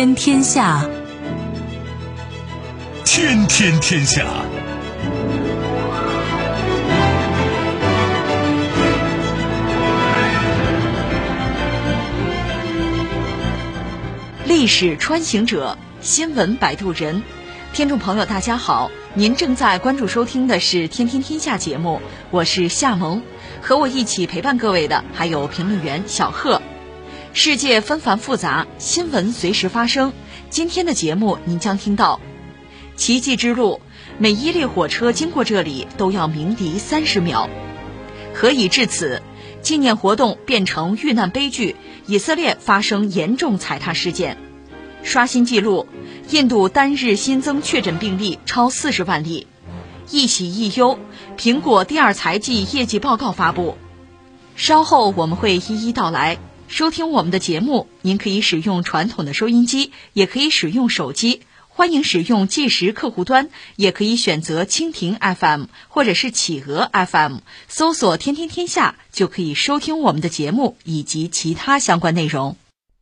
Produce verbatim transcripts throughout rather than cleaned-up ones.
天天下， 天天天下。 历史穿行者，新闻摆渡人。听众朋友大家好，您正在关注收听的是天天天下节目，我是夏萌，和我一起陪伴各位的还有评论员小贺。世界纷繁复杂，新闻随时发生。今天的节目您将听到奇迹之路，每一列火车经过这里都要鸣笛三十秒。何以至此？纪念活动变成遇难悲剧，以色列发生严重踩踏事件。刷新纪录，印度单日新增确诊病例超四十万例。一喜一忧，苹果第二财季业绩报告发布。稍后我们会一一道来。收听我们的节目，您可以使用传统的收音机，也可以使用手机，欢迎使用即时客户端，也可以选择蜻蜓 F M 或者是企鹅 F M， 搜索天天天下就可以收听我们的节目以及其他相关内容。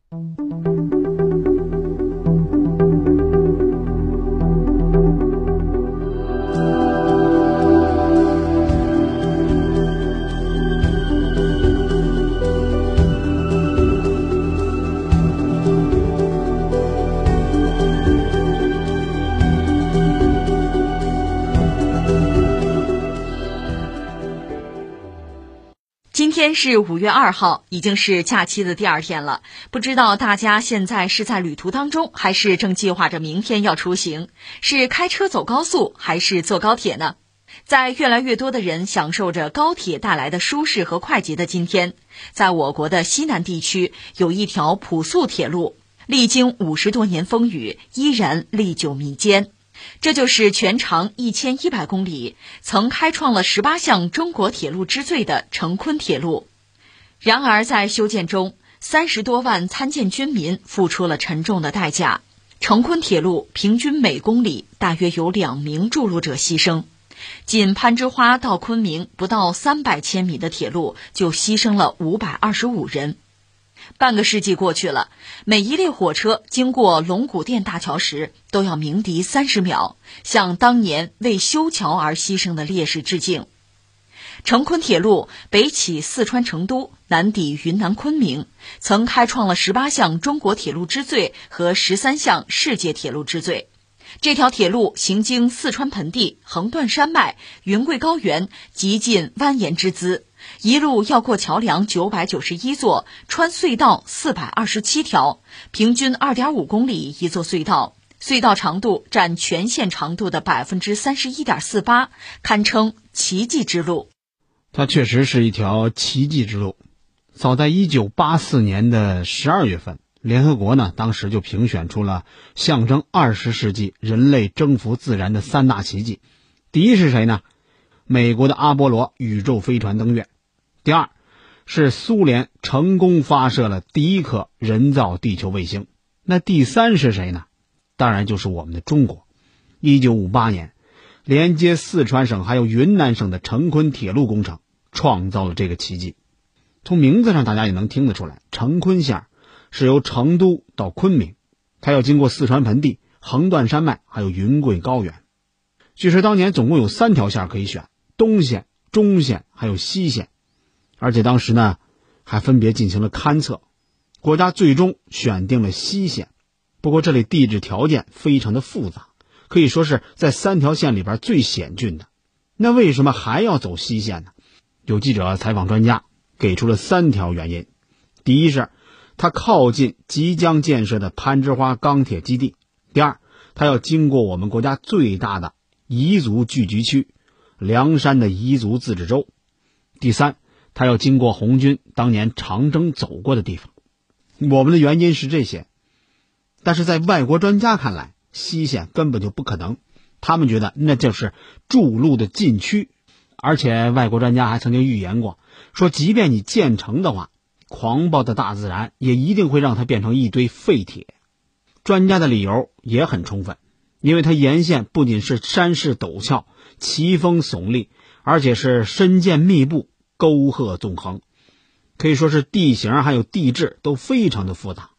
今天是五月二号，已经是假期的第二天了。不知道大家现在是在旅途当中，还是正计划着明天要出行？是开车走高速，还是坐高铁呢？在越来越多的人享受着高铁带来的舒适和快捷的今天，在我国的西南地区有一条普速铁路，历经五十多年风雨，依然历久弥坚。这就是全长一千一百公里，曾开创了十八项中国铁路之最的成昆铁路。然而在修建中，三十多万参建军民付出了沉重的代价。成昆铁路平均每公里大约有两名筑路者牺牲，仅攀枝花到昆明不到三百千米的铁路就牺牲了五百二十五人。半个世纪过去了，每一列火车经过龙骨殿大桥时都要鸣笛三十秒，向当年为修桥而牺牲的烈士致敬。成昆铁路北起四川成都，南抵云南昆明，曾开创了十八项中国铁路之最和十三项世界铁路之最。这条铁路行经四川盆地，横断山脉、云贵高原，极尽蜿蜒之姿。一路要过桥梁九百九十一座，穿隧道四百二十七条，平均 二点五公里一座隧道，隧道长度占全线长度的 百分之三十一点四八， 堪称奇迹之路。 它确实是一条奇迹之路。早在一九八四年的十二月份，联合国呢当时就评选出了象征二十世纪人类征服自然的三大奇迹。第一是谁呢？美国的阿波罗宇宙飞船登月。第二是苏联成功发射了第一颗人造地球卫星。那第三是谁呢？当然就是我们的中国。一九五八年，连接四川省还有云南省的成昆铁路工程创造了这个奇迹。从名字上大家也能听得出来，成昆线是由成都到昆明，它要经过四川盆地、横断山脉还有云贵高原。据说当年总共有三条线可以选，东线、中线还有西线，而且当时呢还分别进行了勘测，国家最终选定了西线。不过这里地质条件非常的复杂，可以说是在三条线里边最险峻的。那为什么还要走西线呢？有记者采访专家，给出了三条原因。第一是它靠近即将建设的攀枝花钢铁基地。第二，它要经过我们国家最大的彝族聚居区凉山的彝族自治州。第三，它要经过红军当年长征走过的地方。我们的原因是这些，但是在外国专家看来，西线根本就不可能，他们觉得那就是筑路的禁区。而且外国专家还曾经预言过，说即便你建成的话，狂暴的大自然也一定会让它变成一堆废铁。专家的理由也很充分，因为它沿线不仅是山势陡峭、奇峰耸立，而且是深涧密布、沟壑纵横，可以说是地形还有地质都非常的复杂。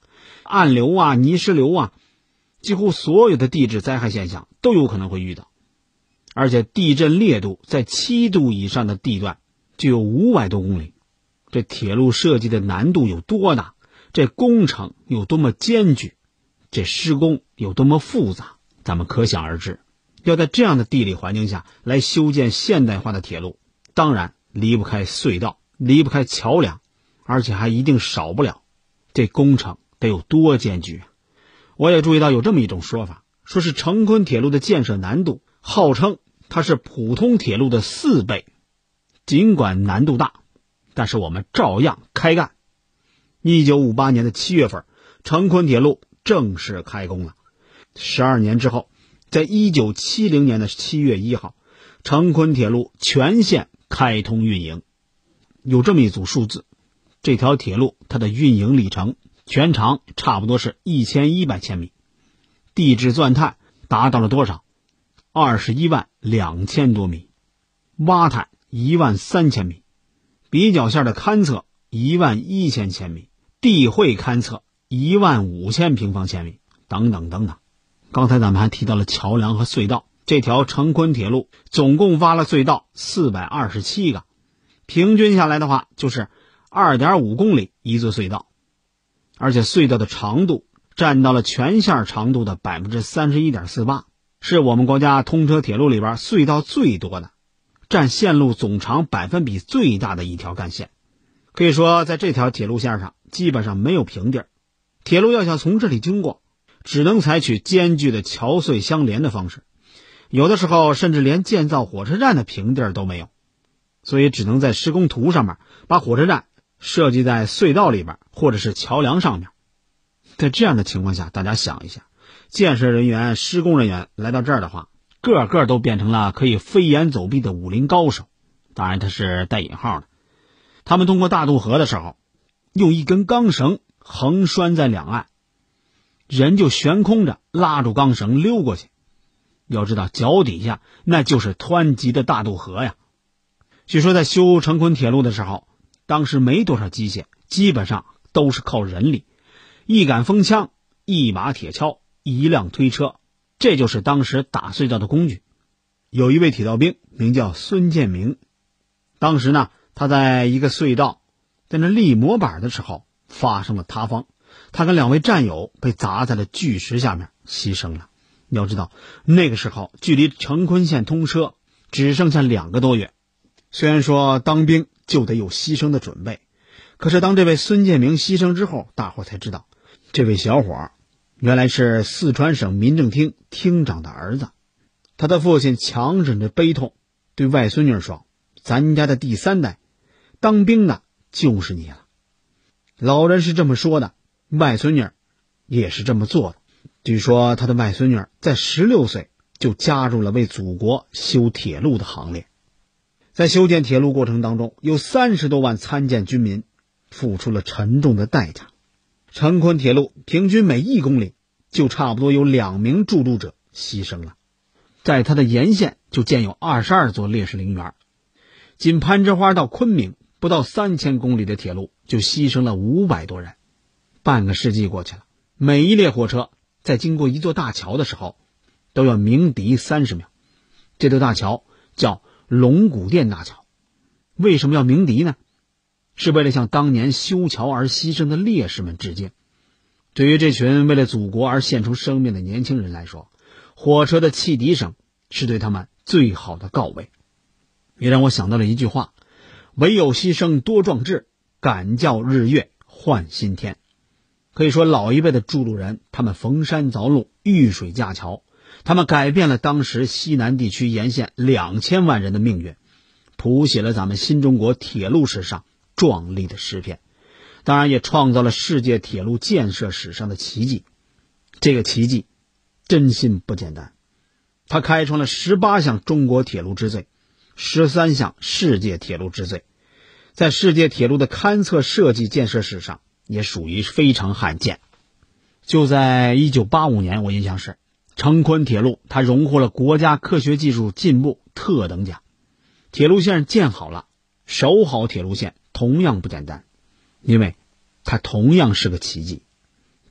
暗流啊、泥石流啊，几乎所有的地质灾害现象都有可能会遇到。而且地震烈度在七度以上的地段就有五百多公里，这铁路设计的难度有多大，这工程有多么艰巨，这施工有多么复杂，咱们可想而知。要在这样的地理环境下来修建现代化的铁路，当然离不开隧道，离不开桥梁，而且还一定少不了这工程得有多艰巨。我也注意到有这么一种说法，说是成昆铁路的建设难度号称它是普通铁路的四倍。尽管难度大，但是我们照样开干。一九五八年的七月份，成昆铁路正式开工了。十二年之后，在一九七零年的七月一号，成昆铁路全线开通运营。有这么一组数字，这条铁路它的运营里程全长差不多是一千一百千米，地质钻探达到了多少？二十一万两千多米，挖探一万三千米，比较线的勘测一万一千千米，地绘勘测一万五千平方千米，等等等等。刚才咱们还提到了桥梁和隧道，这条成昆铁路总共挖了隧道四百二十七个，平均下来的话就是 二点五公里一座隧道，而且隧道的长度占到了全线长度的 百分之三十一点四八， 是我们国家通车铁路里边隧道最多的，占线路总长百分比最大的一条干线。可以说在这条铁路线上基本上没有平地儿，铁路要想从这里经过，只能采取艰巨的桥隧相连的方式，有的时候甚至连建造火车站的平地儿都没有，所以只能在施工图上面把火车站设计在隧道里边或者是桥梁上面。在这样的情况下，大家想一下，建设人员、施工人员来到这儿的话，个个都变成了可以飞檐走壁的武林高手，当然它是带引号的。他们通过大渡河的时候，用一根钢绳横拴在两岸，人就悬空着拉住钢绳溜过去。要知道脚底下那就是湍急的大渡河呀。据说在修成昆铁路的时候，当时没多少机械，基本上都是靠人力，一杆风枪，一把铁锹，一辆推车，这就是当时打隧道的工具。有一位铁道兵名叫孙建明，当时呢他在一个隧道在那立模板的时候发生了塌方，他跟两位战友被砸在了巨石下面牺牲了。要知道那个时候距离成昆线通车只剩下两个多月，虽然说当兵就得有牺牲的准备，可是当这位孙建明牺牲之后，大伙才知道这位小伙原来是四川省民政厅厅长的儿子。他的父亲强忍着悲痛对外孙女说，咱家的第三代当兵的就是你了。老人是这么说的，外孙女也是这么做的。据说他的外孙女在十六岁就加入了为祖国修铁路的行列。在修建铁路过程当中，有三十多万参建军民付出了沉重的代价。成昆铁路平均每一公里就差不多有两名筑路者牺牲了。在它的沿线就建有二十二座烈士陵园，仅攀枝花到昆明不到三千公里的铁路就牺牲了五百多人。半个世纪过去了，每一列火车在经过一座大桥的时候都要鸣笛三十秒。这座大桥叫龙骨店大桥。为什么要鸣笛呢？是为了向当年修桥而牺牲的烈士们致敬。对于这群为了祖国而献出生命的年轻人来说，火车的汽笛声是对他们最好的告慰。也让我想到了一句话，唯有牺牲多壮志，敢教日月换新天。可以说老一辈的筑路人，他们逢山凿路，遇水架桥，他们改变了当时西南地区沿线两千万人的命运，谱写了咱们新中国铁路史上壮丽的诗篇，当然也创造了世界铁路建设史上的奇迹。这个奇迹真心不简单，它开创了十八项中国铁路之最，十三项世界铁路之最，在世界铁路的勘测设计建设史上也属于非常罕见。就在一九八五年，我印象是成昆铁路它荣获了国家科学技术进步特等奖。铁路线建好了，守好铁路线同样不简单，因为它同样是个奇迹。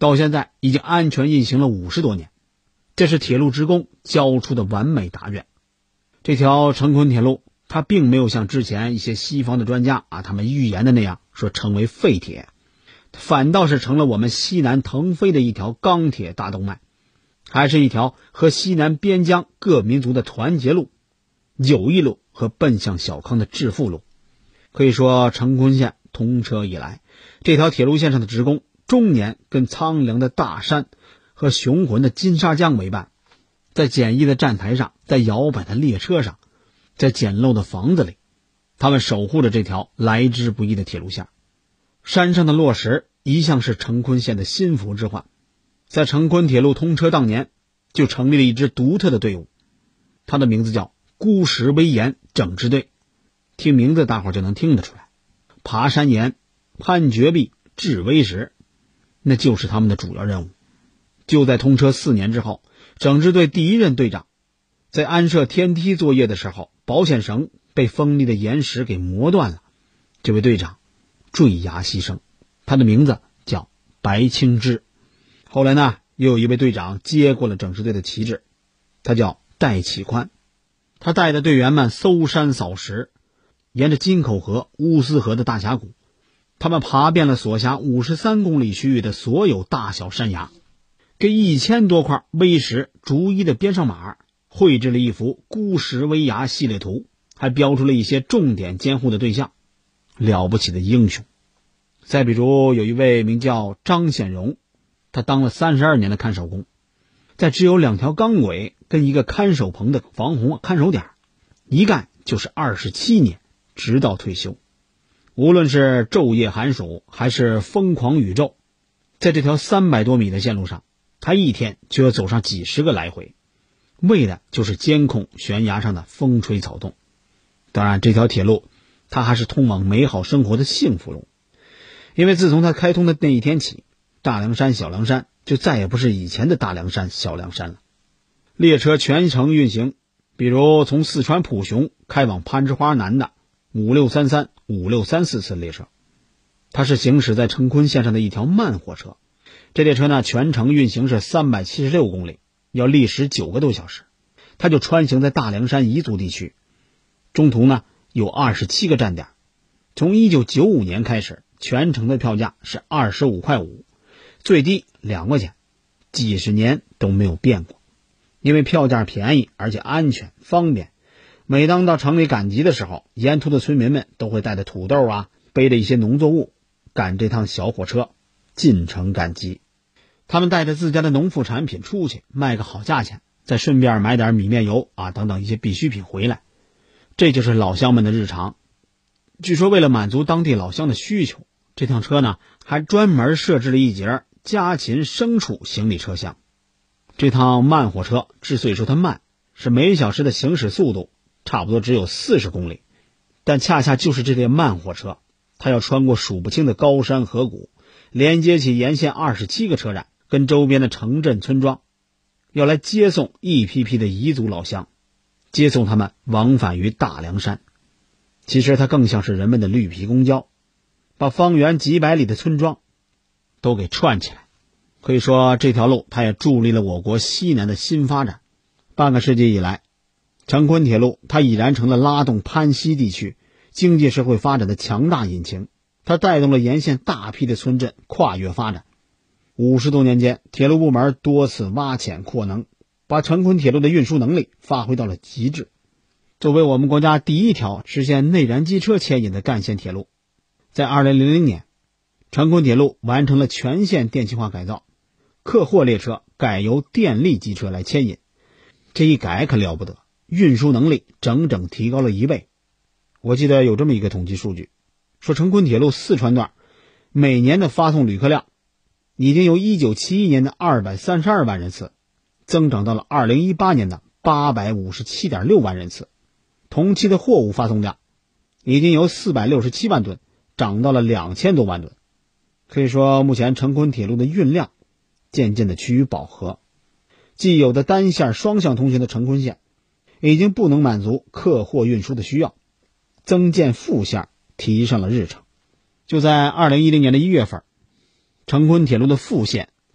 到现在已经安全运行了五十多年，这是铁路职工交出的完美答卷。这条成昆铁路，它并没有像之前一些西方的专家啊，他们预言的那样说成为废铁，反倒是成了我们西南腾飞的一条钢铁大动脉，还是一条和西南边疆各民族的团结路、友谊路和奔向小康的致富路。可以说成昆线通车以来，这条铁路线上的职工终年跟苍凉的大山和雄浑的金沙江为伴，在简易的站台上，在摇摆的列车上，在简陋的房子里，他们守护着这条来之不易的铁路线。山上的落石一向是成昆线的心腹之患，在成昆铁路通车当年就成立了一支独特的队伍，它的名字叫孤石危岩整治队。听名字大伙就能听得出来，爬山岩、攀绝壁、治危石，那就是他们的主要任务。就在通车四年之后，整治队第一任队长在安设天梯作业的时候，保险绳被锋利的岩石给磨断了，这位队长坠崖牺牲，他的名字叫白清之。后来呢，又有一位队长接过了整治队的旗帜，他叫戴启宽。他带着队员们搜山扫石，沿着金口河、乌斯河的大峡谷，他们爬遍了所辖五十三公里区域的所有大小山崖，给一千多块危石逐一的编上码，绘制了一幅孤石危崖系列图，还标出了一些重点监护的对象，了不起的英雄。再比如有一位名叫张显荣，他当了三十二年的看守工，在只有两条钢轨跟一个看守棚的防洪看守点，一干就是二十七年，直到退休。无论是昼夜寒暑还是疯狂宇宙，在这条三百多米的线路上，他一天就要走上几十个来回，为的就是监控悬崖上的风吹草动。当然这条铁路它还是通往美好生活的幸福路，因为自从它开通的那一天起，大凉山小凉山就再也不是以前的大凉山小凉山了。列车全程运行，比如从四川普雄开往攀枝花南的五六三三、五六三四次列车，它是行驶在成昆线上的一条慢火车。这列车呢，全程运行是三百七十六公里，要历时九个多小时。它就穿行在大凉山彝族地区，中途呢有二十七个站点。从一九九五年开始，全程的票价是二十五块五，最低两块钱，几十年都没有变过。因为票价便宜，而且安全方便，每当到城里赶集的时候，沿途的村民们都会带着土豆啊，背着一些农作物，赶这趟小火车进城赶集。他们带着自家的农副产品出去卖个好价钱，再顺便买点米面油啊等等一些必需品回来，这就是老乡们的日常。据说为了满足当地老乡的需求，这趟车呢还专门设置了一节家禽牲畜行李车厢。这趟慢火车之所以说它慢，是每小时的行驶速度差不多只有四十公里，但恰恰就是这列慢火车，它要穿过数不清的高山河谷，连接起沿线二十七个车站跟周边的城镇村庄，要来接送一批批的彝族老乡，接送他们往返于大凉山。其实它更像是人们的绿皮公交，把方圆几百里的村庄都给串起来。可以说这条路它也助力了我国西南的新发展。半个世纪以来，成昆铁路它已然成了拉动攀西地区经济社会发展的强大引擎，它带动了沿线大批的村镇跨越发展。五十多年间，铁路部门多次挖潜扩能，把成昆铁路的运输能力发挥到了极致。作为我们国家第一条实现内燃机车牵引的干线铁路，在二零零零年，成昆铁路完成了全线电气化改造，客货列车改由电力机车来牵引。这一改可了不得，运输能力整整提高了一倍。我记得有这么一个统计数据，说成昆铁路四川段每年的发送旅客量已经由一九七一年的二百三十二万人次增长到了二零一八年的八百五十七点六万人次，同期的货物发送量已经由四百六十七万吨涨到了两千多万吨。可以说目前成昆铁路的运量渐渐的趋于饱和，既有的单线双向通行的成昆线已经不能满足客货运输的需要，增建副线提上了日程。就在二零一零年的一月份，成昆铁路的副线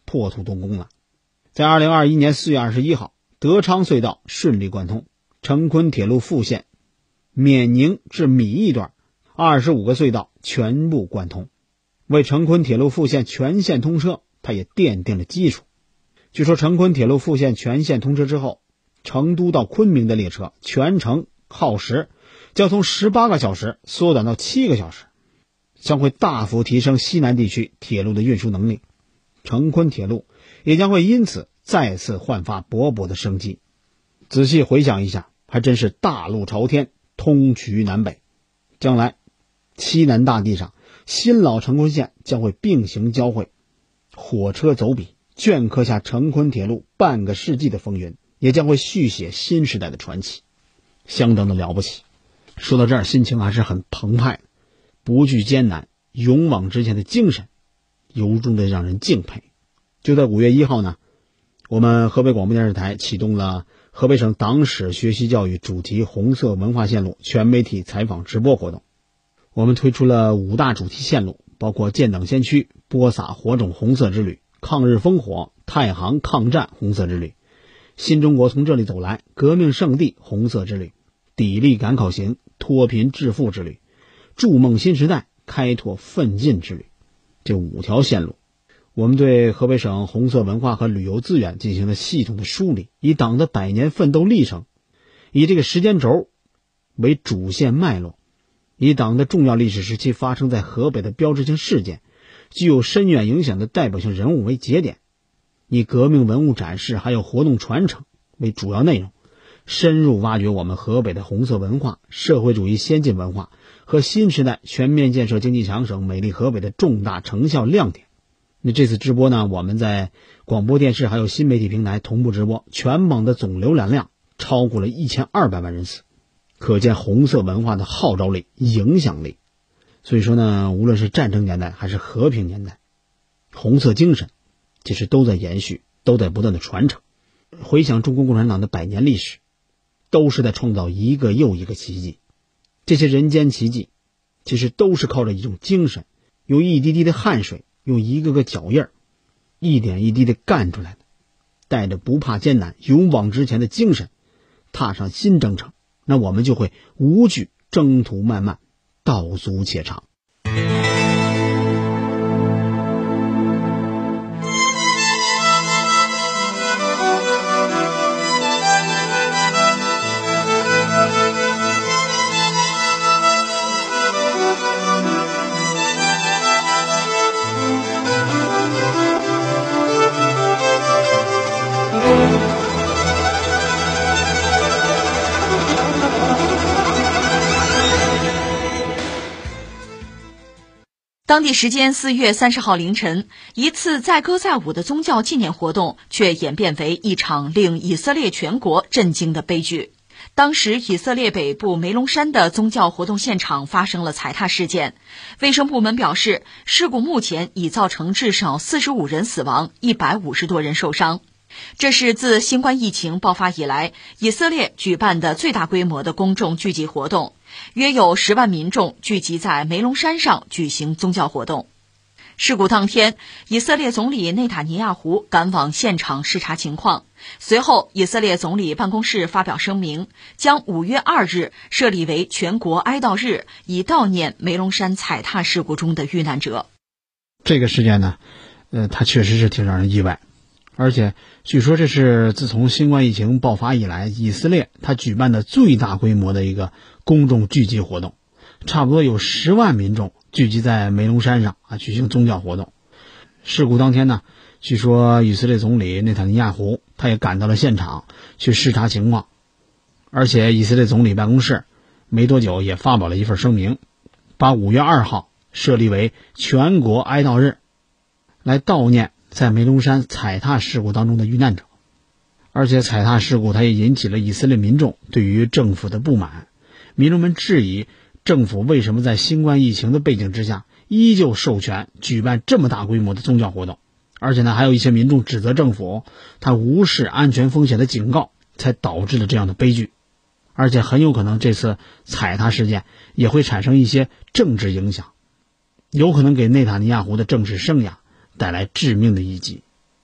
破土动工了。在二零二一年四月二十一号，德昌隧道顺利贯通，成昆铁路复线缅宁至米易段二十五个隧道全部贯通，为成昆铁路复线全线通车，它也奠定了基础。据说成昆铁路复线全线通车之后，成都到昆明的列车全程耗时将从十八个小时缩短到七个小时，将会大幅提升西南地区铁路的运输能力，成昆铁路也将会因此再次焕发勃勃的生机。仔细回想一下，还真是大路朝天，通衢南北。将来西南大地上新老成昆线将会并行交汇，火车走笔，镌刻下成昆铁路半个世纪的风云，也将会续写新时代的传奇，相当的了不起。说到这儿，心情还是很澎湃的，不惧艰难，勇往直前的精神由衷的让人敬佩。就在五月一号呢，我们河北广播电视台启动了河北省党史学习教育主题红色文化线路全媒体采访直播活动。我们推出了五大主题线路，包括建党先驱播撒火种红色之旅、抗日烽火太行抗战红色之旅、新中国从这里走来革命圣地红色之旅、砥砺赶考行脱贫致富之旅、筑梦新时代开拓奋进之旅。这五条线路，我们对河北省红色文化和旅游资源进行了系统的梳理，以党的百年奋斗历程，以这个时间轴为主线脉络，以党的重要历史时期发生在河北的标志性事件、具有深远影响的代表性人物为节点，以革命文物展示还有活动传承为主要内容，深入挖掘我们河北的红色文化、社会主义先进文化和新时代全面建设经济强省美丽河北的重大成效亮点。那这次直播呢，我们在广播电视还有新媒体平台同步直播，全网的总浏览量超过了一千二百万人次，可见红色文化的号召力、影响力。所以说呢，无论是战争年代还是和平年代，红色精神其实都在延续，都在不断的传承。回想中国共产党的百年历史，都是在创造一个又一个奇迹。这些人间奇迹其实都是靠着一种精神，用一滴滴的汗水，用一个个脚印儿，一点一滴的干出来的。带着不怕艰难、勇往直前的精神，踏上新征程，那我们就会无惧征途漫漫，道阻且长。 当地时间四月三十号凌晨，一次载歌载舞的宗教纪念活动却演变为一场令以色列全国震惊的悲剧。当时以色列北部梅隆山的宗教活动现场发生了踩踏事件，卫生部门表示，事故目前已造成至少四十五人死亡，一百五十多人受伤。这是自新冠疫情爆发以来，以色列举办的最大规模的公众聚集活动，约有十万民众聚集在梅隆山上举行宗教活动。事故当天，以色列总理内塔尼亚胡赶往现场视察情况。随后，以色列总理办公室发表声明，将五月二日设立为全国哀悼日，以悼念梅隆山踩踏事故中的遇难者。 这个事件呢，呃，它确实是挺让人意外。而且据说这是自从新冠疫情爆发以来，以色列它举办的最大规模的一个公众聚集活动，差不多有十万民众聚集在梅隆山上啊举行宗教活动。事故当天呢，据说以色列总理内塔尼亚胡他也赶到了现场去视察情况，而且以色列总理办公室没多久也发表了一份声明，把五月二号设立为全国哀悼日，来悼念在梅隆山踩踏事故当中的遇难者。而且踩踏事故它也引起了以色列民众对于政府的不满，民众们质疑政府为什么在新冠疫情的背景之下依旧授权举办这么大规模的宗教活动。而且呢，还有一些民众指责政府他无视安全风险的警告，才导致了这样的悲剧。而且很有可能这次踩踏事件也会产生一些政治影响，有可能给内塔尼亚胡的政治生涯带来致命的一击。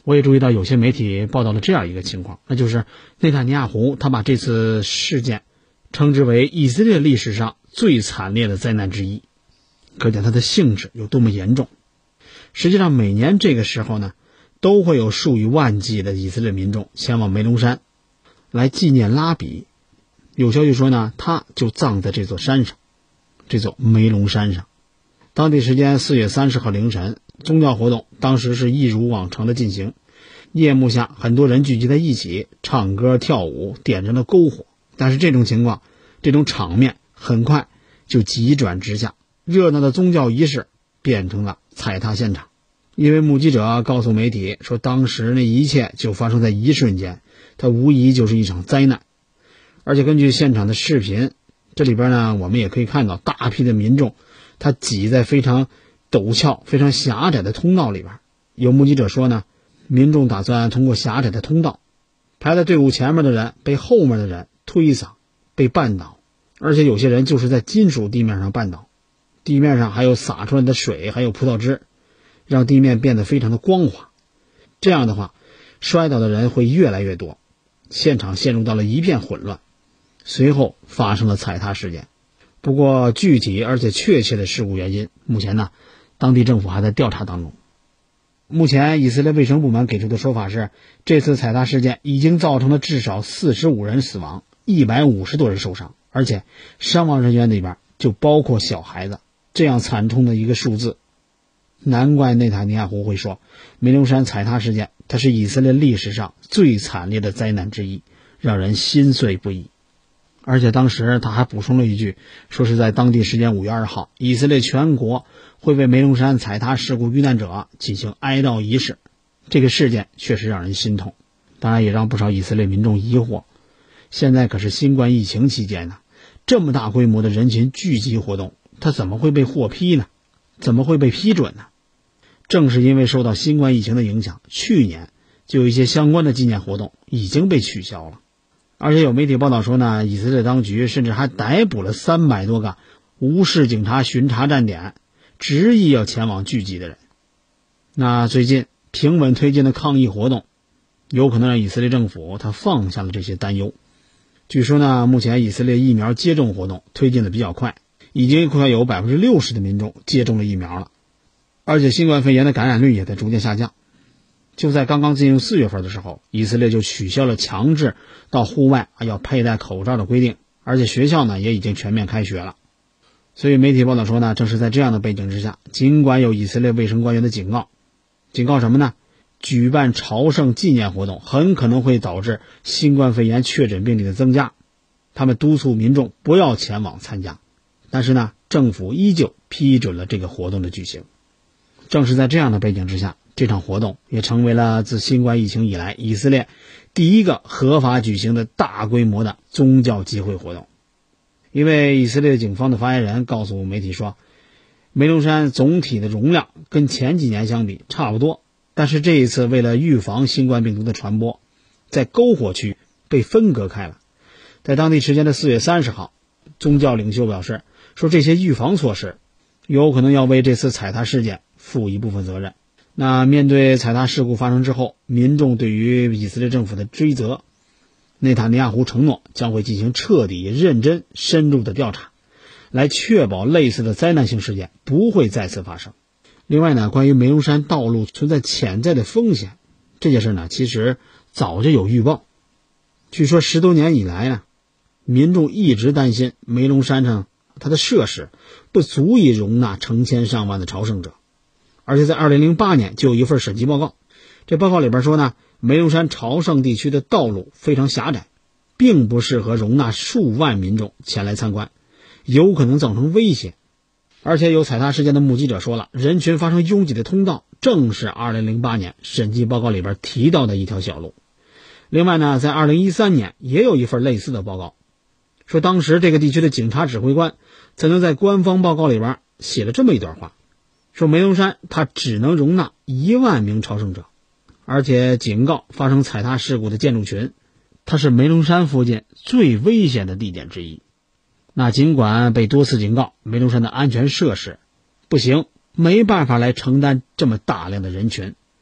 我也注意到有些媒体报道了这样一个情况，那就是内塔尼亚胡他把这次事件称之为以色列历史上最惨烈的灾难之一，可见它的性质有多么严重。实际上每年这个时候呢，都会有数以万计的以色列民众前往梅隆山来纪念拉比。有消息说呢，他就葬在这座山上，这座梅隆山上。当地时间四月三十号凌晨，宗教活动当时是一如往常的进行。夜幕下，很多人聚集在一起，唱歌跳舞，点着了篝火。但是这种情况，这种场面很快就急转直下，热闹的宗教仪式变成了踩踏现场。一位目击者告诉媒体说，当时那一切就发生在一瞬间，它无疑就是一场灾难。而且根据现场的视频，这里边呢，我们也可以看到大批的民众他挤在非常陡峭非常狭窄的通道里边。有目击者说呢，民众打算通过狭窄的通道，排在队伍前面的人被后面的人推搡，被绊倒，而且有些人就是在金属地面上绊倒，地面上还有洒出来的水，还有葡萄汁，让地面变得非常的光滑。这样的话，摔倒的人会越来越多，现场陷入到了一片混乱。随后发生了踩踏事件。不过具体而且确切的事故原因，目前呢，当地政府还在调查当中。目前以色列卫生部门给出的说法是，这次踩踏事件已经造成了至少四十五人死亡，一百五十多人受伤，而且伤亡人员里边就包括小孩子。这样惨重的一个数字，难怪内塔尼亚胡会说，梅隆山踩踏事件它是以色列历史上最惨烈的灾难之一，让人心碎不已。而且当时他还补充了一句，说是在当地时间五月二号，以色列全国会为梅隆山踩踏事故遇难者进行哀悼仪式。这个事件确实让人心痛，当然也让不少以色列民众疑惑，现在可是新冠疫情期间呢，这么大规模的人群聚集活动，它怎么会被获批呢？怎么会被批准呢？正是因为受到新冠疫情的影响，去年就有一些相关的纪念活动已经被取消了。而且有媒体报道说呢，以色列当局甚至还逮捕了三百多个无视警察巡查站点，执意要前往聚集的人。那最近平稳推进的抗议活动，有可能让以色列政府他放下了这些担忧。据说呢，目前以色列疫苗接种活动推进的比较快，已经快有 百分之六十 的民众接种了疫苗了，而且新冠肺炎的感染率也在逐渐下降。就在刚刚进入四月份的时候，以色列就取消了强制到户外要佩戴口罩的规定，而且学校呢也已经全面开学了。所以媒体报道说呢，正是在这样的背景之下，尽管有以色列卫生官员的警告，警告什么呢？举办朝圣纪念活动很可能会导致新冠肺炎确诊病例的增加，他们督促民众不要前往参加。但是呢，政府依旧批准了这个活动的举行。正是在这样的背景之下，这场活动也成为了自新冠疫情以来以色列第一个合法举行的大规模的宗教集会活动。一位以色列警方的发言人告诉媒体说，梅隆山总体的容量跟前几年相比差不多，但是这一次为了预防新冠病毒的传播，在篝火区被分隔开了。在当地时间的四月三十号，宗教领袖表示说，这些预防措施有可能要为这次踩踏事件负一部分责任。那面对踩踏事故发生之后，民众对于以色列政府的追责，内塔尼亚胡承诺将会进行彻底、认真、深入的调查，来确保类似的灾难性事件不会再次发生。另外呢，关于梅隆山道路存在潜在的风险，这件事呢，其实早就有预报。据说十多年以来呢，民众一直担心梅隆山上它的设施不足以容纳成千上万的朝圣者。而且在二零零八年就有一份审计报告，这报告里边说呢，梅隆山朝圣地区的道路非常狭窄，并不适合容纳数万民众前来参观，有可能造成危险。而且有踩踏事件的目击者说了，人群发生拥挤的通道正是二零零八年审计报告里边提到的一条小路。另外呢，在二零一三年也有一份类似的报告，说当时这个地区的警察指挥官曾经在官方报告里边写了这么一段话，说梅隆山它只能容纳一万名朝圣者，而且警告发生踩踏事故的建筑群，它是梅隆山附近最危险的地点之一。那尽管被多次警告，梅隆山的安全设施不行，没办法来承担这么大量的人群，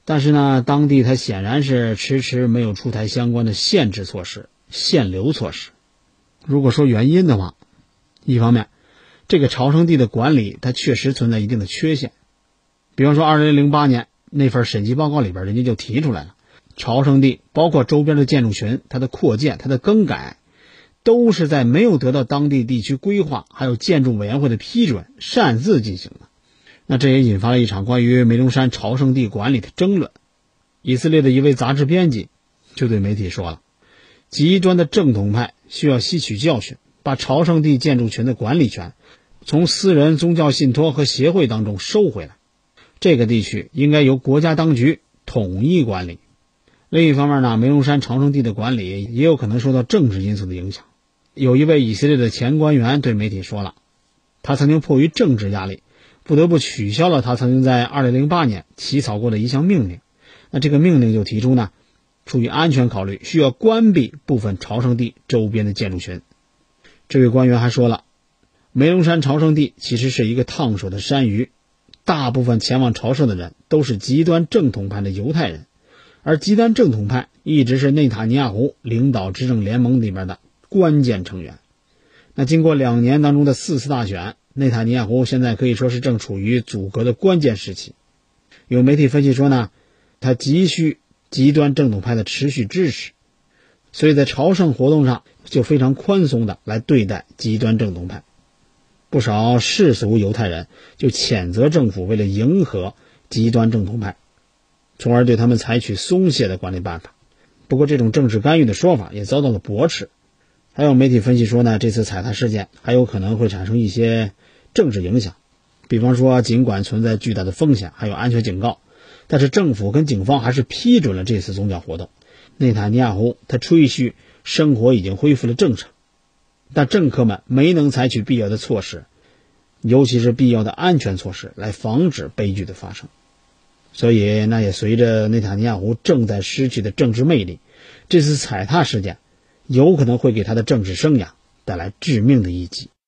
但是呢，当地它显然是迟迟没有出台相关的限制措施、限流措施。如果说原因的话，一方面，这个朝圣地的管理它确实存在一定的缺陷。比方说二零零八年那份审计报告里边，人家就提出来了，朝圣地包括周边的建筑群，它的扩建、它的更改，都是在没有得到当地地区规划还有建筑委员会的批准擅自进行的。那这也引发了一场关于梅龙山朝圣地管理的争论。以色列的一位杂志编辑就对媒体说了，极端的正统派需要吸取教训，把朝圣地建筑群的管理权从私人宗教信托和协会当中收回来，这个地区应该由国家当局统一管理。另一方面呢，梅龙山朝圣地的管理也有可能受到政治因素的影响。有一位以色列的前官员对媒体说了，他曾经迫于政治压力，不得不取消了他曾经在二零零八年起草过的一项命令。那这个命令就提出呢，出于安全考虑，需要关闭部分朝圣地周边的建筑群。这位官员还说了，梅龙山朝圣地其实是一个烫手的山芋，大部分前往朝圣的人都是极端正统派的犹太人，而极端正统派一直是内塔尼亚胡领导执政联盟里边的关键成员。那经过两年当中的四次大选，内塔尼亚胡现在可以说是正处于组阁的关键时期。有媒体分析说呢，他急需极端正统派的持续支持，所以在朝圣活动上就非常宽松的来对待极端正统派。不少世俗犹太人就谴责政府为了迎合极端正统派，从而对他们采取松懈的管理办法。不过这种政治干预的说法也遭到了驳斥。还有媒体分析说呢，这次踩踏事件还有可能会产生一些政治影响。比方说，尽管存在巨大的风险还有安全警告，但是政府跟警方还是批准了这次宗教活动。内塔尼亚胡他吹嘘生活已经恢复了正常，但政客们没能采取必要的措施，尤其是必要的安全措施来防止悲剧的发生。所以那也随着内塔尼亚胡正在失去的政治魅力，这次踩踏事件有可能会给他的政治生涯带来致命的一击。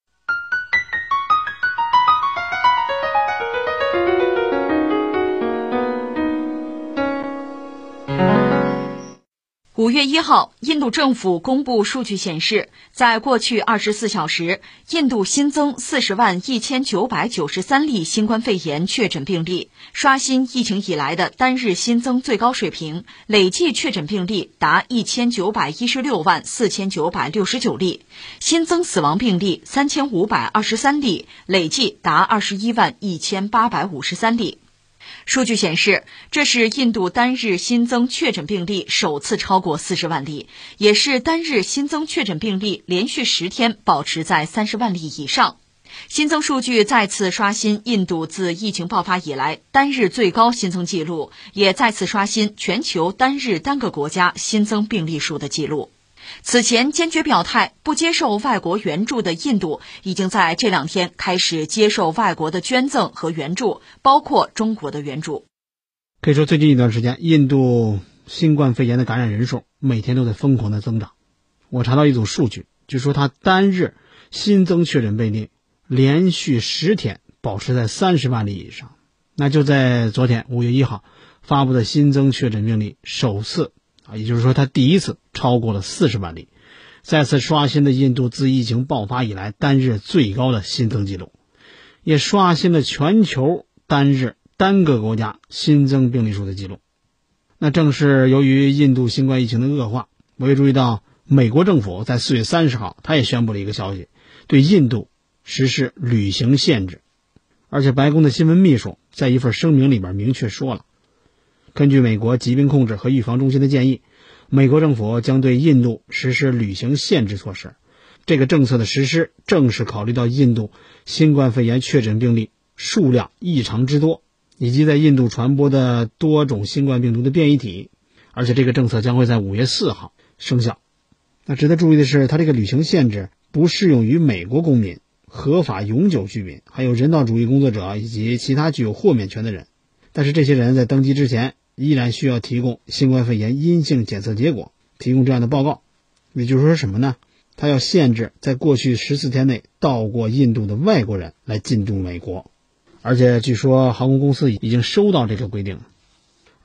五月一号，印度政府公布数据显示，在过去二十四小时，印度新增四十万一千九百九十三例新冠肺炎确诊病例，刷新疫情以来的单日新增最高水平，累计确诊病例达一千九百一十六万四千九百六十九例，新增死亡病例三千五百二十三例，累计达二十一万一千八百五十三例。数据显示，这是印度单日新增确诊病例首次超过四十万例，也是单日新增确诊病例连续十天保持在三十万例以上。新增数据再次刷新印度自疫情爆发以来单日最高新增纪录，也再次刷新全球单日单个国家新增病例数的纪录。此前坚决表态不接受外国援助的印度，已经在这两天开始接受外国的捐赠和援助，包括中国的援助。 可以说最近一段时间，印度新冠肺炎的感染人数每天都在疯狂的增长。我查到一组数据，就说它单日新增确诊病例连续十天保持在三十万例以上。那就在昨天五月一号发布的新增确诊病例首次啊，也就是说它第一次超过了四十万例，再次刷新了印度自疫情爆发以来单日最高的新增记录，也刷新了全球单日单个国家新增病例数的记录。那正是由于印度新冠疫情的恶化，我也注意到美国政府在四月三十号他也宣布了一个消息，对印度实施旅行限制。而且白宫的新闻秘书在一份声明里边明确说了，根据美国疾病控制和预防中心的建议，美国政府将对印度实施旅行限制措施。这个政策的实施正是考虑到印度新冠肺炎确诊病例数量异常之多，以及在印度传播的多种新冠病毒的变异体，而且这个政策将会在五月四号生效。那值得注意的是，它这个旅行限制不适用于美国公民、合法永久居民，还有人道主义工作者以及其他具有豁免权的人。但是这些人在登机之前依然需要提供新冠肺炎阴性检测结果，提供这样的报告。也就是说什么呢？他要限制在过去十四天内到过印度的外国人来进驻美国。而且据说航空公司已经收到这个规定了。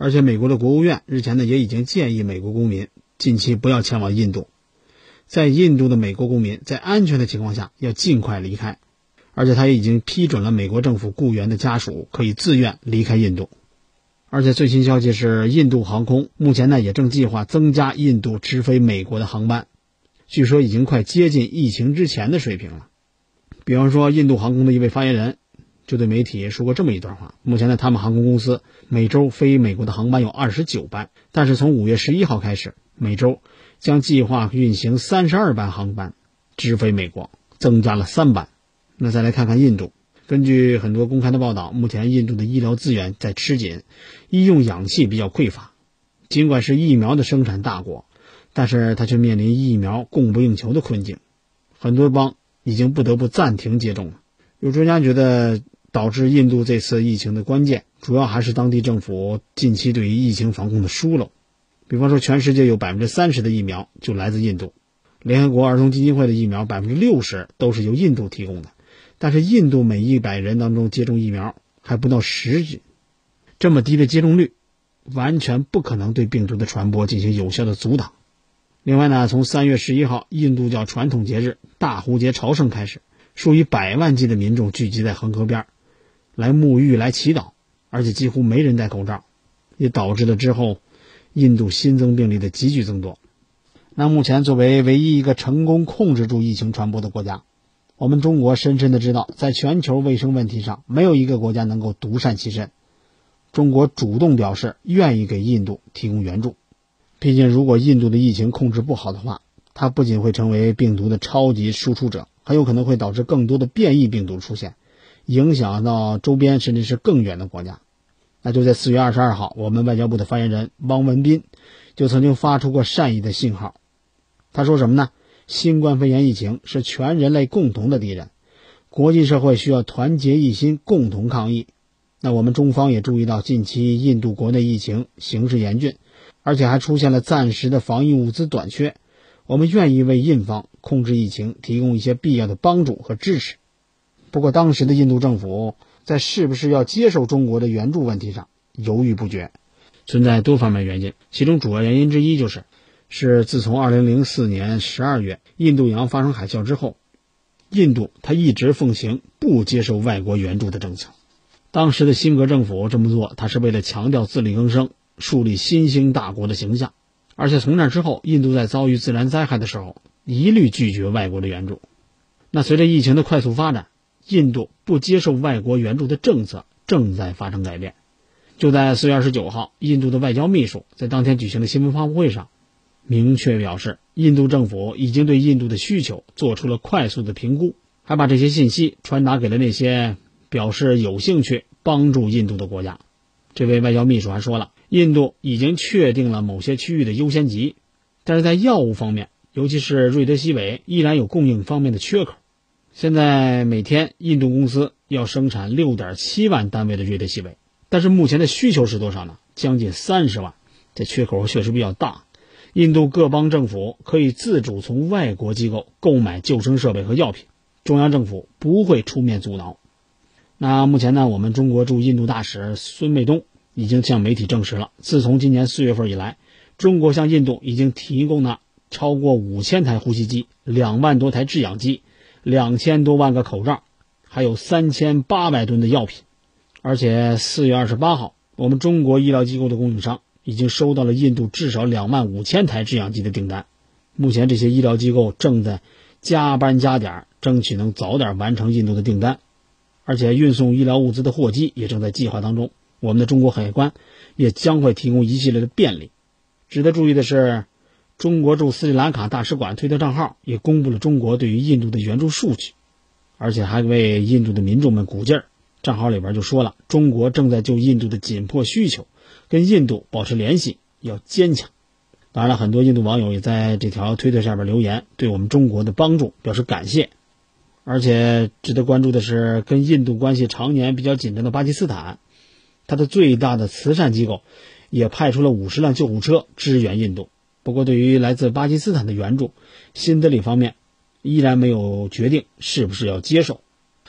而且美国的国务院日前呢也已经建议美国公民近期不要前往印度，在印度的美国公民在安全的情况下要尽快离开，而且他也已经批准了美国政府雇员的家属可以自愿离开印度。而且最新消息是，印度航空目前呢也正计划增加印度直飞美国的航班，据说已经快接近疫情之前的水平了。比方说印度航空的一位发言人就对媒体说过这么一段话，目前呢他们航空公司每周飞美国的航班有二十九班，但是从五月十一号开始，每周将计划运行三十二班航班直飞美国，增加了三班。那再来看看印度，根据很多公开的报道，目前印度的医疗资源在吃紧，医用氧气比较匮乏。尽管是疫苗的生产大国，但是它却面临疫苗供不应求的困境，很多邦已经不得不暂停接种了。有专家觉得，导致印度这次疫情的关键，主要还是当地政府近期对于疫情防控的疏漏。比方说，全世界有 百分之三十 的疫苗就来自印度，联合国儿童基金会的疫苗 百分之六十 都是由印度提供的。但是印度每一百人当中接种疫苗还不到十剂，这么低的接种率完全不可能对病毒的传播进行有效的阻挡。另外呢，从三月十一号印度教传统节日大壶节朝圣开始，数以百万计的民众聚集在恒河边来沐浴来祈祷，而且几乎没人戴口罩，也导致了之后印度新增病例的急剧增多。那目前作为唯一一个成功控制住疫情传播的国家，我们中国深深的知道，在全球卫生问题上，没有一个国家能够独善其身。中国主动表示愿意给印度提供援助。毕竟如果印度的疫情控制不好的话，它不仅会成为病毒的超级输出者，很有可能会导致更多的变异病毒出现，影响到周边甚至是更远的国家。那就在四月二十二号，我们外交部的发言人汪文斌就曾经发出过善意的信号。他说什么呢？新冠肺炎疫情是全人类共同的敌人，国际社会需要团结一心，共同抗疫。那我们中方也注意到，近期印度国内疫情形势严峻，而且还出现了暂时的防疫物资短缺，我们愿意为印方控制疫情提供一些必要的帮助和支持。不过当时的印度政府在是不是要接受中国的援助问题上犹豫不决，存在多方面原因，其中主要原因之一就是是自从二零零四年十二月印度洋发生海啸之后，印度它一直奉行不接受外国援助的政策。当时的辛格政府这么做，它是为了强调自力更生，树立新兴大国的形象。而且从那之后，印度在遭遇自然灾害的时候一律拒绝外国的援助。那随着疫情的快速发展，印度不接受外国援助的政策正在发生改变。就在四月二十九号，印度的外交秘书在当天举行的新闻发布会上明确表示，印度政府已经对印度的需求做出了快速的评估，还把这些信息传达给了那些表示有兴趣帮助印度的国家。这位外交秘书还说了，印度已经确定了某些区域的优先级，但是在药物方面，尤其是瑞德西韦依然有供应方面的缺口。现在每天印度公司要生产 六点七万单位的瑞德西韦，但是目前的需求是多少呢？将近三十万，这缺口确实比较大。印度各邦政府可以自主从外国机构购买救生设备和药品，中央政府不会出面阻挠。那目前呢，我们中国驻印度大使孙卫东已经向媒体证实了，自从今年四月份以来，中国向印度已经提供了超过五千台呼吸机、两万多台制氧机、两千多万个口罩，还有三千八百吨的药品。而且四月二十八号，我们中国医疗机构的供应商已经收到了印度至少两万五千台制氧机的订单。目前这些医疗机构正在加班加点，争取能早点完成印度的订单。而且运送医疗物资的货机也正在计划当中，我们的中国海关也将会提供一系列的便利。值得注意的是，中国驻斯里兰卡大使馆推特账号也公布了中国对于印度的援助数据，而且还为印度的民众们鼓劲儿。账号里边就说了，中国正在就印度的紧迫需求跟印度保持联系，要坚强。当然了，很多印度网友也在这条推特上面留言，对我们中国的帮助表示感谢。而且值得关注的是，跟印度关系常年比较紧张的巴基斯坦，它的最大的慈善机构也派出了五十辆救护车支援印度。不过对于来自巴基斯坦的援助，新德里方面依然没有决定是不是要接受。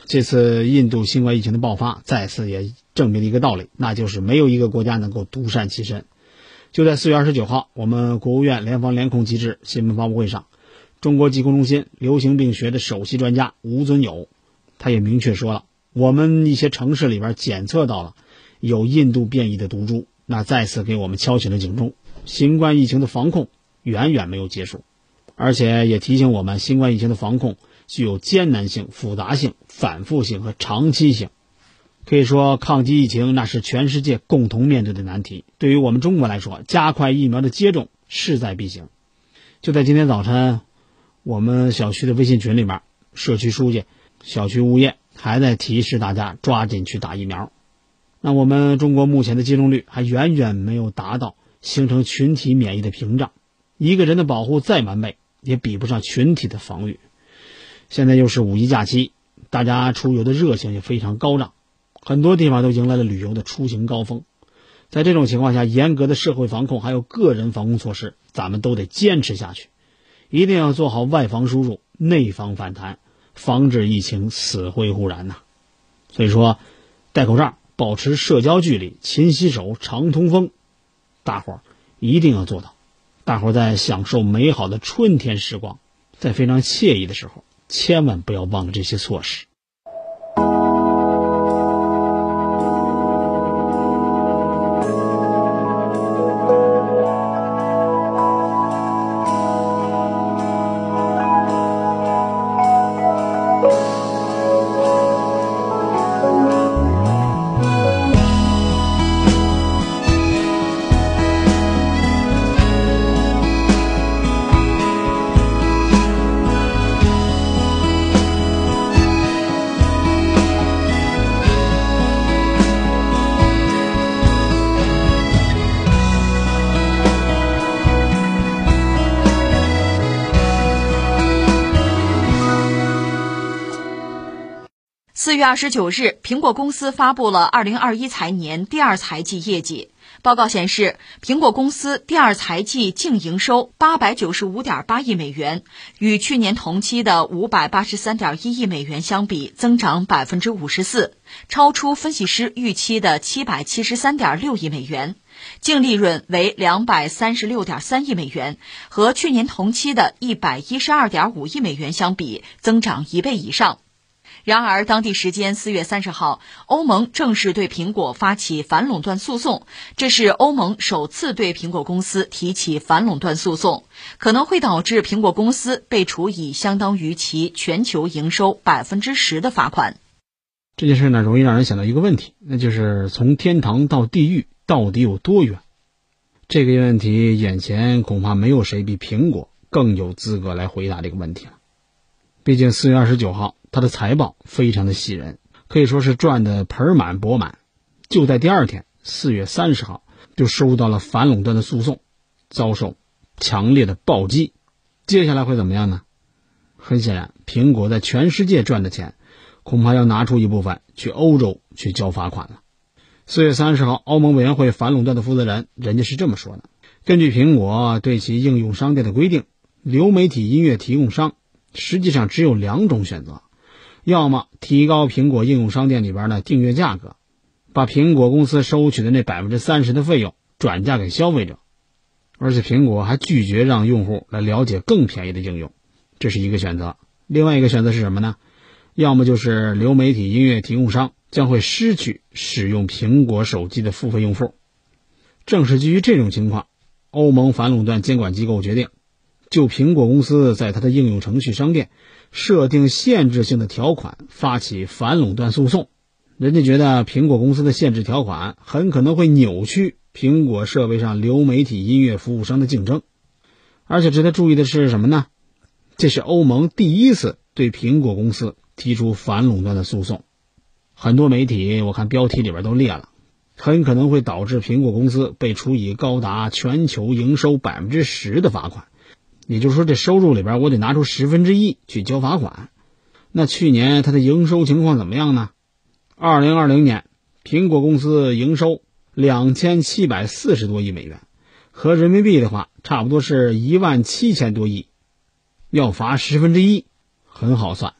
这次印度新冠疫情的爆发再次也证明了一个道理，那就是没有一个国家能够独善其身。就在四月二十九号，我们国务院联防联控机制新闻发布会上，中国疾控中心流行病学的首席专家吴尊友，他也明确说了，我们一些城市里边检测到了有印度变异的毒株，那再次给我们敲起了警钟，新冠疫情的防控远远没有结束，而且也提醒我们，新冠疫情的防控具有艰难性、复杂性、反复性和长期性。可以说，抗击疫情那是全世界共同面对的难题。对于我们中国来说，加快疫苗的接种势在必行。就在今天早晨，我们小区的微信群里面，社区书记、小区物业还在提示大家抓紧去打疫苗。那我们中国目前的接种率还远远没有达到形成群体免疫的屏障，一个人的保护再完备，也比不上群体的防御。现在又是五一假期，大家出游的热情也非常高涨，很多地方都迎来了旅游的出行高峰。在这种情况下，严格的社会防控还有个人防控措施，咱们都得坚持下去，一定要做好外防输入、内防反弹，防止疫情死灰复燃呐。所以说，戴口罩、保持社交距离、勤洗手、常通风，大伙儿一定要做到。大伙儿在享受美好的春天时光，在非常惬意的时候，千万不要忘了这些措施。 四月二十九日，苹果公司发布了二零二一财年第二财季业绩。报告显示，苹果公司第二财季净营收八百九十五点八亿美元，与去年同期的五百八十三点一亿美元相比，增长百分之五十四，超出分析师预期的七百七十三点六亿美元。净利润为两百三十六点三亿美元，和去年同期的一百一十二点五亿美元相比，增长一倍以上。然而，当地时间四月三十号，欧盟正式对苹果发起反垄断诉讼，这是欧盟首次对苹果公司提起反垄断诉讼，可能会导致苹果公司被处以相当于其全球营收百分之十的罚款。 这件事呢，容易让人想到一个问题，那就是从天堂到地狱到底有多远？这个问题，眼前恐怕没有谁比苹果更有资格来回答这个问题了。毕竟四月二十九号，它的财报非常的喜人，可以说是赚得盆满钵满。就在第二天，四月三十号，就收到了反垄断的诉讼，遭受强烈的暴击。接下来会怎么样呢？很显然，苹果在全世界赚的钱，恐怕要拿出一部分去欧洲去交罚款了。四月三十号，欧盟委员会反垄断的负责人，人家是这么说的：根据苹果对其应用商店的规定，流媒体音乐提供商实际上只有两种选择，要么提高苹果应用商店里边的订阅价格，把苹果公司收取的那 百分之三十 的费用转嫁给消费者，而且苹果还拒绝让用户来了解更便宜的应用，这是一个选择。另外一个选择是什么呢？要么就是流媒体音乐提供商将会失去使用苹果手机的付费用户。正是基于这种情况，欧盟反垄断监管机构决定就苹果公司在它的应用程序商店设定限制性的条款发起反垄断诉讼。人家觉得苹果公司的限制条款很可能会扭曲苹果设备上流媒体音乐服务商的竞争。而且值得注意的是什么呢？这是欧盟第一次对苹果公司提出反垄断的诉讼。很多媒体我看标题里边都列了，很可能会导致苹果公司被处以高达全球营收 百分之十 的罚款。也就是说，这收入里边我得拿出十分之一去交罚款。那去年它的营收情况怎么样呢？二零二零年，苹果公司营收两千七百四十多亿美元，合人民币的话，差不多是一万七千多亿。要罚十分之一，很好算。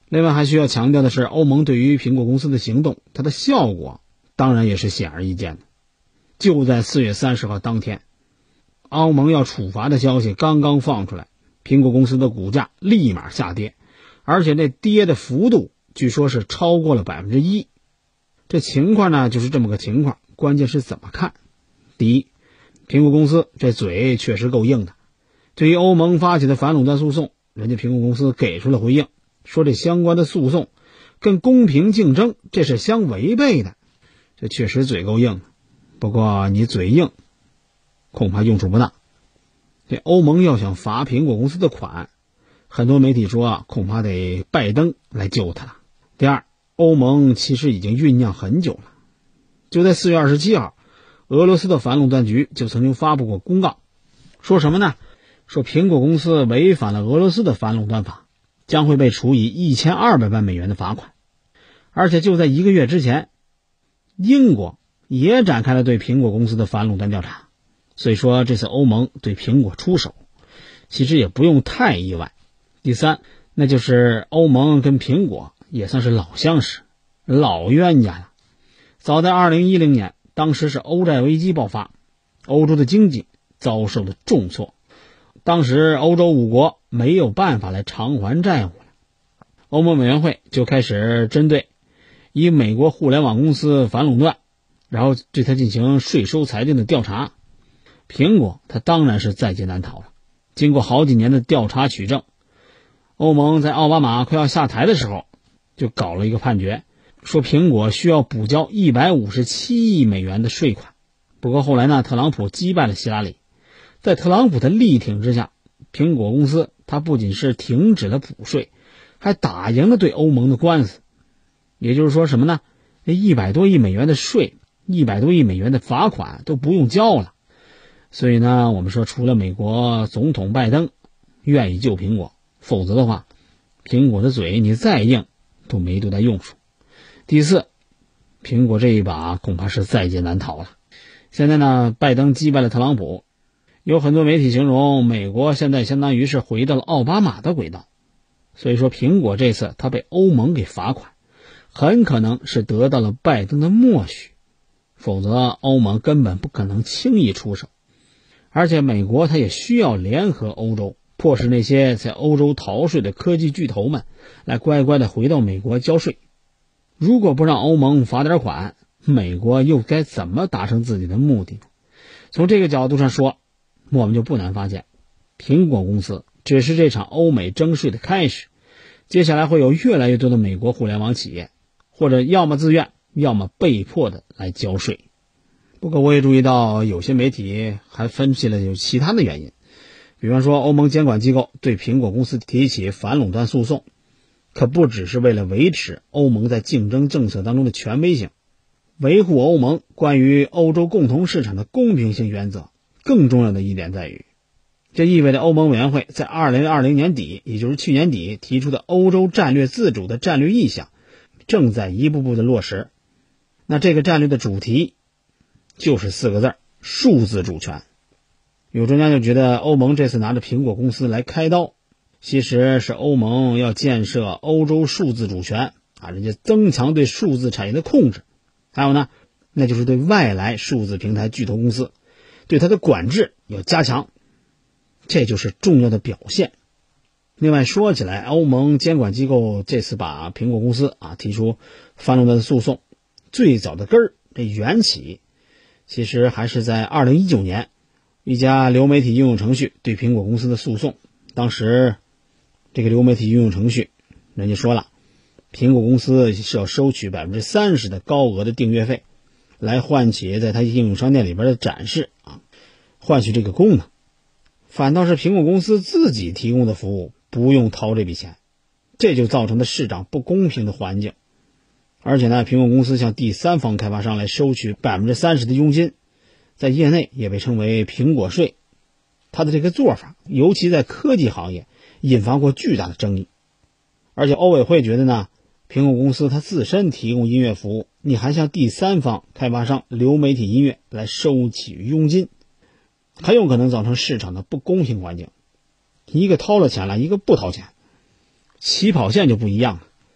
另外还需要强调的是，欧盟对于苹果公司的行动，它的效果当然也是显而易见的。就在四月三十号当天，欧盟要处罚的消息刚刚放出来，苹果公司的股价立马下跌，而且那跌的幅度据说是超过了百分之一。这情况呢就是这么个情况，关键是怎么看。第一，苹果公司这嘴确实够硬的，对于欧盟发起的反垄断诉讼，人家苹果公司给出了回应，说这相关的诉讼跟公平竞争这是相违背的。这确实嘴够硬，不过你嘴硬恐怕用处不大。这欧盟要想罚苹果公司的款，很多媒体说啊，恐怕得拜登来救他了。第二，欧盟其实已经酝酿很久了。就在四月二十七号，俄罗斯的反垄断局就曾经发布过公告，说什么呢？说苹果公司违反了俄罗斯的反垄断法，将会被处以一千二百万美元的罚款。而且就在一个月之前，英国也展开了对苹果公司的反垄断调查。所以说这次欧盟对苹果出手，其实也不用太意外。第三，那就是欧盟跟苹果也算是老相识，老冤家了。早在二零一零年，当时是欧债危机爆发，欧洲的经济遭受了重挫，当时欧洲五国没有办法来偿还债务了，欧盟委员会就开始针对以美国互联网公司反垄断，然后对它进行税收裁定的调查。苹果它当然是在劫难逃了。经过好几年的调查取证，欧盟在奥巴马快要下台的时候就搞了一个判决，说苹果需要补交一百五十七亿美元的税款。不过后来呢，特朗普击败了希拉里，在特朗普的力挺之下，苹果公司它不仅是停止了补税，还打赢了对欧盟的官司。也就是说什么呢？这一百多亿美元的税，一百多亿美元的罚款都不用交了。所以呢，我们说除了美国总统拜登愿意救苹果，否则的话，苹果的嘴你再硬都没多大用处。第四，苹果这一把恐怕是在劫难逃了。现在呢，拜登击败了特朗普，有很多媒体形容美国现在相当于是回到了奥巴马的轨道。所以说苹果这次他被欧盟给罚款，很可能是得到了拜登的默许，否则欧盟根本不可能轻易出手。而且美国它也需要联合欧洲，迫使那些在欧洲逃税的科技巨头们来乖乖的回到美国交税。如果不让欧盟罚点款，美国又该怎么达成自己的目的呢？从这个角度上说，我们就不难发现，苹果公司只是这场欧美征税的开始，接下来会有越来越多的美国互联网企业，或者要么自愿，要么被迫的来交税。不过我也注意到有些媒体还分析了有其他的原因，比方说欧盟监管机构对苹果公司提起反垄断诉讼，可不只是为了维持欧盟在竞争政策当中的权威性，维护欧盟关于欧洲共同市场的公平性原则。更重要的一点在于，这意味着欧盟委员会在二零二零年底，也就是去年底提出的欧洲战略自主的战略意向正在一步步的落实。那这个战略的主题就是四个字：数字主权。有专家就觉得欧盟这次拿着苹果公司来开刀，其实是欧盟要建设欧洲数字主权啊，人家增强对数字产业的控制。还有呢，那就是对外来数字平台巨头公司对它的管制要加强，这就是重要的表现。另外说起来，欧盟监管机构这次把苹果公司啊提出反垄断的诉讼，最早的根儿这缘起其实还是在二零一九年，一家流媒体应用程序对苹果公司的诉讼。当时这个流媒体应用程序人家说了，苹果公司是要收取 百分之三十 的高额的订阅费，来换取在它应用商店里边的展示啊，换取这个功能。反倒是苹果公司自己提供的服务不用掏这笔钱，这就造成了市场不公平的环境。而且呢，苹果公司向第三方开发商来收取 百分之三十 的佣金，在业内也被称为苹果税。它的这个做法尤其在科技行业引发过巨大的争议。而且欧委会觉得呢，苹果公司它自身提供音乐服务，你还向第三方开发商流媒体音乐来收取佣金，很有可能造成市场的不公平环境。一个掏了钱了，一个不掏钱，起跑线就不一样了。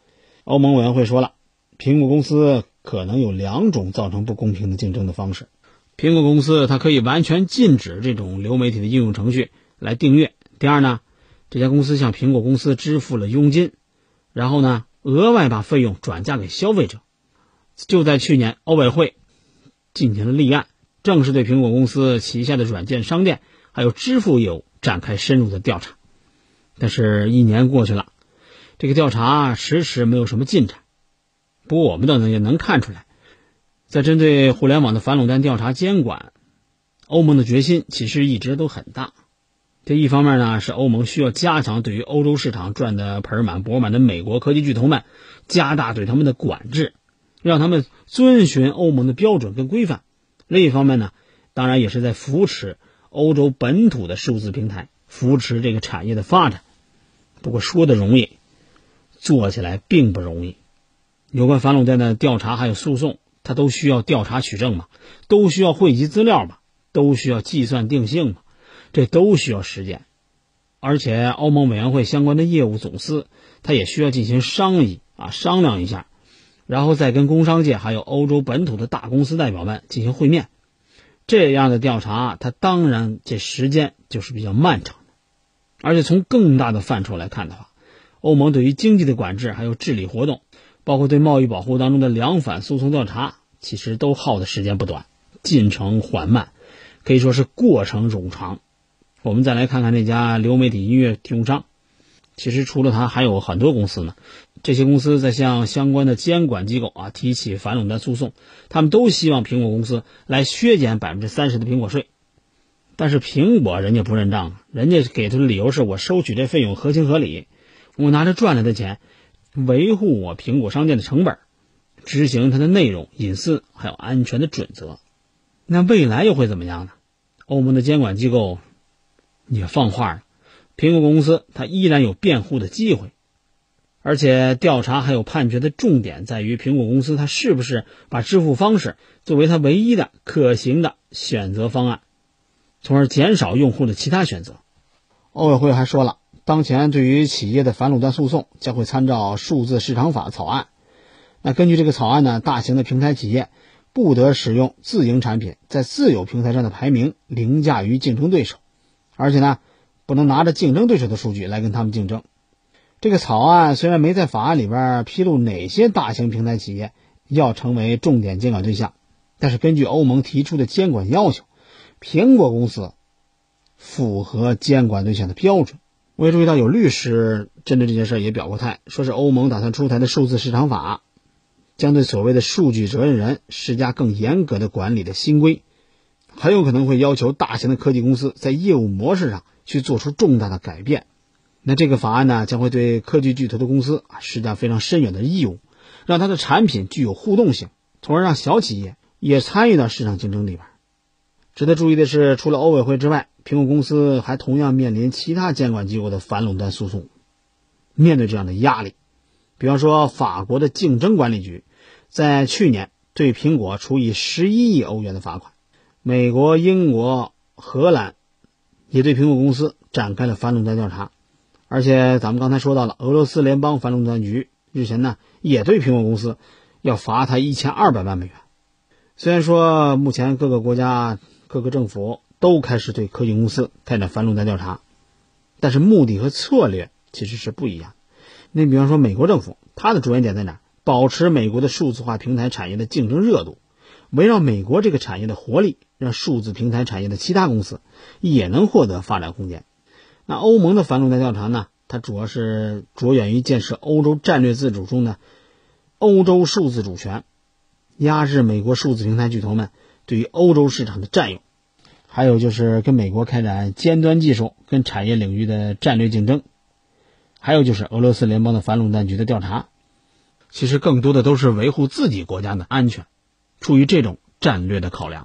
欧盟委员会说了，苹果公司可能有两种造成不公平的竞争的方式。苹果公司它可以完全禁止这种流媒体的应用程序来订阅。第二呢，这家公司向苹果公司支付了佣金，然后呢，额外把费用转嫁给消费者。就在去年，欧委会进行了立案，正式对苹果公司旗下的软件商店还有支付业务展开深入的调查。但是一年过去了，这个调查迟迟没有什么进展。不过我们等等也能看出来，在针对互联网的反垄断调查监管，欧盟的决心其实一直都很大。这一方面呢，是欧盟需要加强对于欧洲市场赚得盆满钵满的美国科技巨头们，加大对他们的管制，让他们遵循欧盟的标准跟规范。另一方面呢，当然也是在扶持欧洲本土的数字平台，扶持这个产业的发展。不过说的容易，做起来并不容易。有关反垄断的调查还有诉讼，它都需要调查取证嘛，都需要汇集资料嘛，都需要计算定性嘛，这都需要时间。而且欧盟委员会相关的业务总司，它也需要进行商议啊，商量一下，然后再跟工商界还有欧洲本土的大公司代表们进行会面。这样的调查，它当然这时间就是比较漫长的。而且从更大的范畴来看的话，欧盟对于经济的管制还有治理活动，包括对贸易保护当中的两反诉讼调查，其实都耗的时间不短，进程缓慢，可以说是过程冗长。我们再来看看那家流媒体音乐提供商，其实除了它还有很多公司呢。这些公司在向相关的监管机构啊提起反垄断诉讼，他们都希望苹果公司来削减 百分之三十 的苹果税。但是苹果人家不认账，人家给出的理由是我收取这费用合情合理，我拿着赚来的钱维护我苹果商店的成本，执行它的内容、隐私还有安全的准则。那未来又会怎么样呢？欧盟的监管机构也放话了，苹果公司它依然有辩护的机会。而且调查还有判决的重点在于苹果公司它是不是把支付方式作为它唯一的可行的选择方案，从而减少用户的其他选择。欧委会还说了，当前对于企业的反垄断诉讼将会参照数字市场法草案。那根据这个草案呢，大型的平台企业不得使用自营产品在自有平台上的排名凌驾于竞争对手，而且呢，不能拿着竞争对手的数据来跟他们竞争。这个草案虽然没在法案里边披露哪些大型平台企业要成为重点监管对象，但是根据欧盟提出的监管要求，苹果公司符合监管对象的标准。我也注意到有律师针对这件事也表过态，说是欧盟打算出台的数字市场法将对所谓的数据责任人施加更严格的管理的新规，很有可能会要求大型的科技公司在业务模式上去做出重大的改变。那这个法案呢，将会对科技巨头的公司施加非常深远的义务，让它的产品具有互动性，从而让小企业也参与到市场竞争里边。值得注意的是，除了欧委会之外，苹果公司还同样面临其他监管机构的反垄断诉讼。面对这样的压力，比方说法国的竞争管理局在去年对苹果处以十一亿欧元的罚款，美国、英国、荷兰也对苹果公司展开了反垄断调查。而且咱们刚才说到了，俄罗斯联邦反垄断局日前呢也对苹果公司要罚他一千二百万美元。虽然说目前各个国家各个政府都开始对科技公司开展反垄断调查，但是目的和策略其实是不一样。那比方说美国政府，它的着眼点在哪？保持美国的数字化平台产业的竞争热度，围绕美国这个产业的活力，让数字平台产业的其他公司也能获得发展空间。那欧盟的反垄断调查呢，它主要是着眼于建设欧洲战略自主中的欧洲数字主权，压制美国数字平台巨头们对于欧洲市场的占有，还有就是跟美国开展尖端技术跟产业领域的战略竞争，还有就是俄罗斯联邦的反垄断局的调查，其实更多的都是维护自己国家的安全，出于这种战略的考量。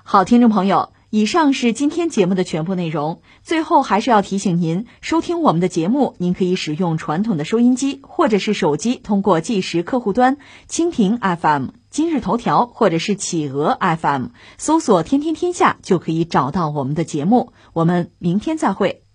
好，听众朋友，以上是今天节目的全部内容。最后还是要提醒您，收听我们的节目，您可以使用传统的收音机或者是手机，通过即时客户端蜻蜓 F M、今日头条或者是企鹅 F M 搜索天天天下，就可以找到我们的节目。我们明天再会。